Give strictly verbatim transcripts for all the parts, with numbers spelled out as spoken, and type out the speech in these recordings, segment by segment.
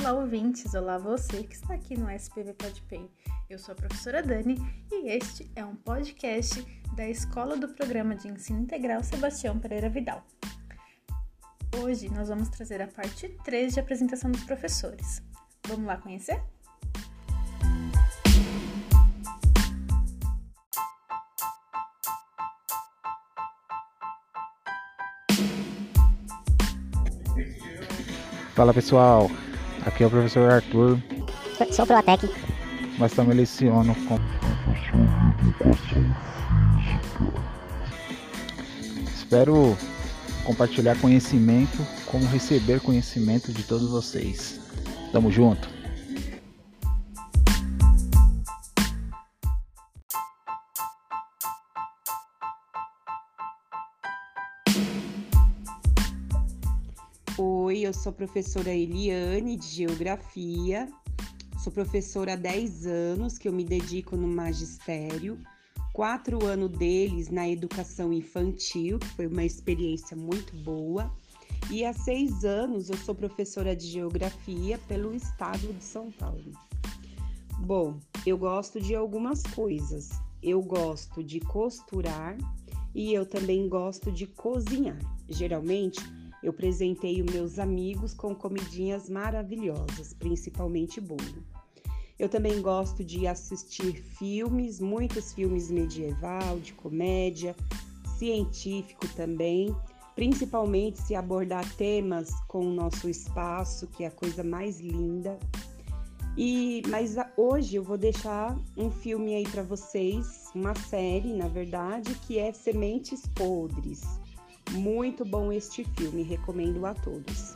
Olá, ouvintes! Olá, você que está aqui no S P B PodPay. Eu sou a professora Dani e este é um podcast da Escola do Programa de Ensino Integral Sebastião Pereira Vidal. Hoje nós vamos trazer a parte três de apresentação dos professores. Vamos lá conhecer? Fala pessoal, aqui é o professor Arthur. Sou Protec. Mas também leciono com... Espero compartilhar conhecimento, como receber conhecimento de todos vocês. Tamo junto! Oi, eu sou a professora Eliane de Geografia, sou professora há dez anos que eu me dedico no magistério, quatro anos deles na educação infantil, que foi uma experiência muito boa, e há seis anos eu sou professora de Geografia pelo estado de São Paulo. Bom, eu gosto de algumas coisas, eu gosto de costurar e eu também gosto de cozinhar, geralmente eu presenteio meus amigos com comidinhas maravilhosas, principalmente bolo. Eu também gosto de assistir filmes, muitos filmes medieval, de comédia, científico também, principalmente se abordar temas com o nosso espaço, que é a coisa mais linda. E, mas hoje eu vou deixar um filme aí para vocês, uma série, na verdade, que é Sementes Podres. Muito bom este filme, recomendo a todos.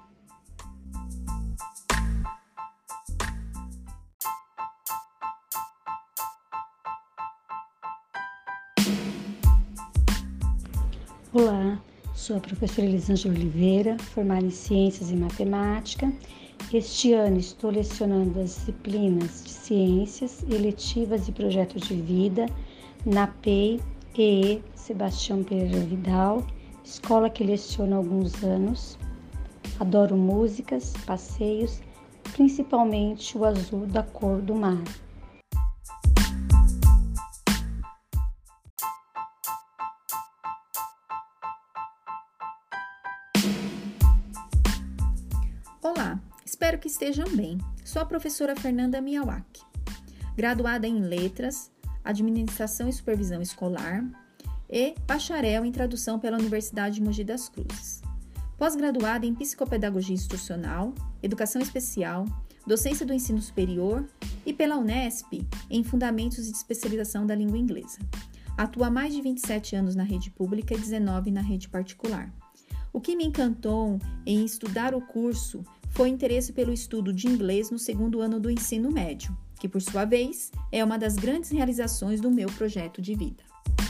Olá, sou a professora Elisângela Oliveira, formada em Ciências e Matemática. Este ano estou lecionando as disciplinas de Ciências, Eletivas e Projetos de Vida na P E I E E Sebastião Pereira Vidal, escola que leciono há alguns anos. Adoro músicas, passeios, principalmente o azul da cor do mar. Olá, espero que estejam bem. Sou a professora Fernanda Miyawaki, graduada em Letras, Administração e Supervisão Escolar e bacharel em Tradução pela Universidade de Mogi das Cruzes. Pós-graduada em Psicopedagogia Institucional, Educação Especial, Docência do Ensino Superior e pela Unesp em Fundamentos de Especialização da Língua Inglesa. Atua há mais de vinte e sete anos na rede pública e dezenove na rede particular. O que me encantou em estudar o curso foi o interesse pelo estudo de inglês no segundo ano do ensino médio, que, por sua vez, é uma das grandes realizações do meu projeto de vida.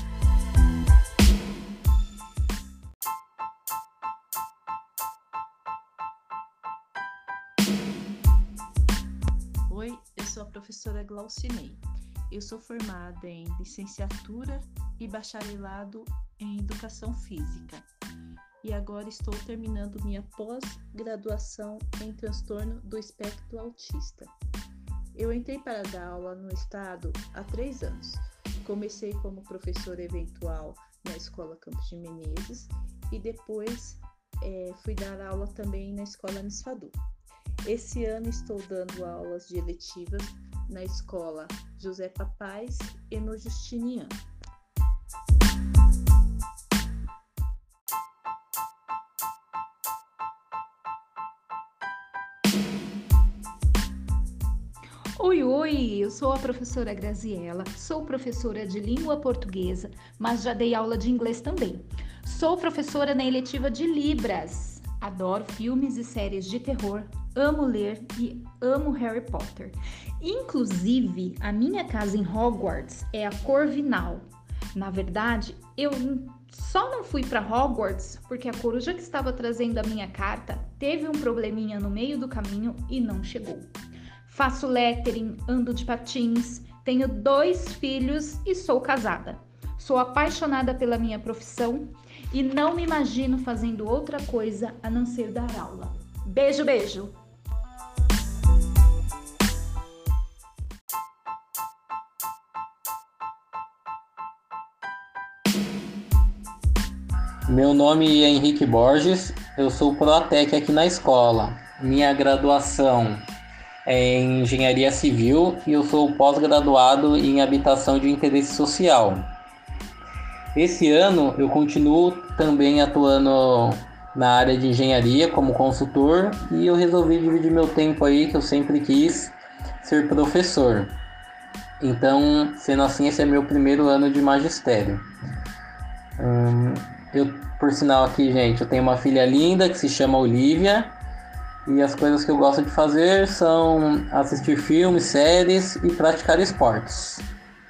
Oi, eu sou a professora Glaucinei. Eu sou formada em licenciatura e bacharelado em Educação Física. E agora estou terminando minha pós-graduação em transtorno do espectro autista. Eu entrei para dar aula no estado há três anos. Comecei como professora eventual na Escola Campos de Menezes e depois é, fui dar aula também na Escola Nisfadu. Esse ano estou dando aulas de eletivas na Escola José Papais e no Justiniano. Oi, oi, eu sou a professora Graziela, sou professora de língua portuguesa, mas já dei aula de inglês também. Sou professora na eletiva de Libras, adoro filmes e séries de terror, amo ler e amo Harry Potter. Inclusive, a minha casa em Hogwarts é a Corvinal. Na verdade, eu só não fui para Hogwarts porque a coruja que estava trazendo a minha carta teve um probleminha no meio do caminho e não chegou. Faço lettering, ando de patins, tenho dois filhos e sou casada. Sou apaixonada pela minha profissão e não me imagino fazendo outra coisa a não ser dar aula. Beijo, beijo! Meu nome é Henrique Borges, eu sou Protec aqui na escola. Minha graduação é em Engenharia Civil e eu sou pós-graduado em Habitação de Interesse Social. Esse ano eu continuo também atuando na área de engenharia como consultor e eu resolvi dividir meu tempo aí, que eu sempre quis ser professor. Então, sendo assim, esse é meu primeiro ano de magistério. Hum, eu, por sinal aqui, gente, eu tenho uma filha linda que se chama Olivia e as coisas que eu gosto de fazer são assistir filmes, séries e praticar esportes.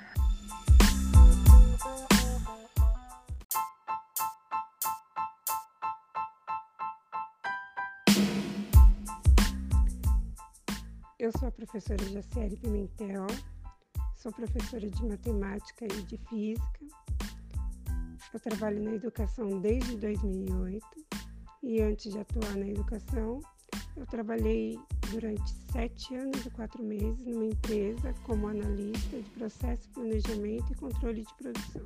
Eu sou a professora Jaciele Pimentel, sou professora de matemática e de física. Eu trabalho na educação desde dois mil e oito e antes de atuar na educação, eu trabalhei durante sete anos e quatro meses numa empresa como analista de processo, planejamento e controle de produção.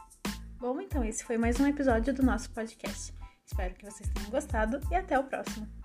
Bom, então esse foi mais um episódio do nosso podcast. Espero que vocês tenham gostado e até o próximo.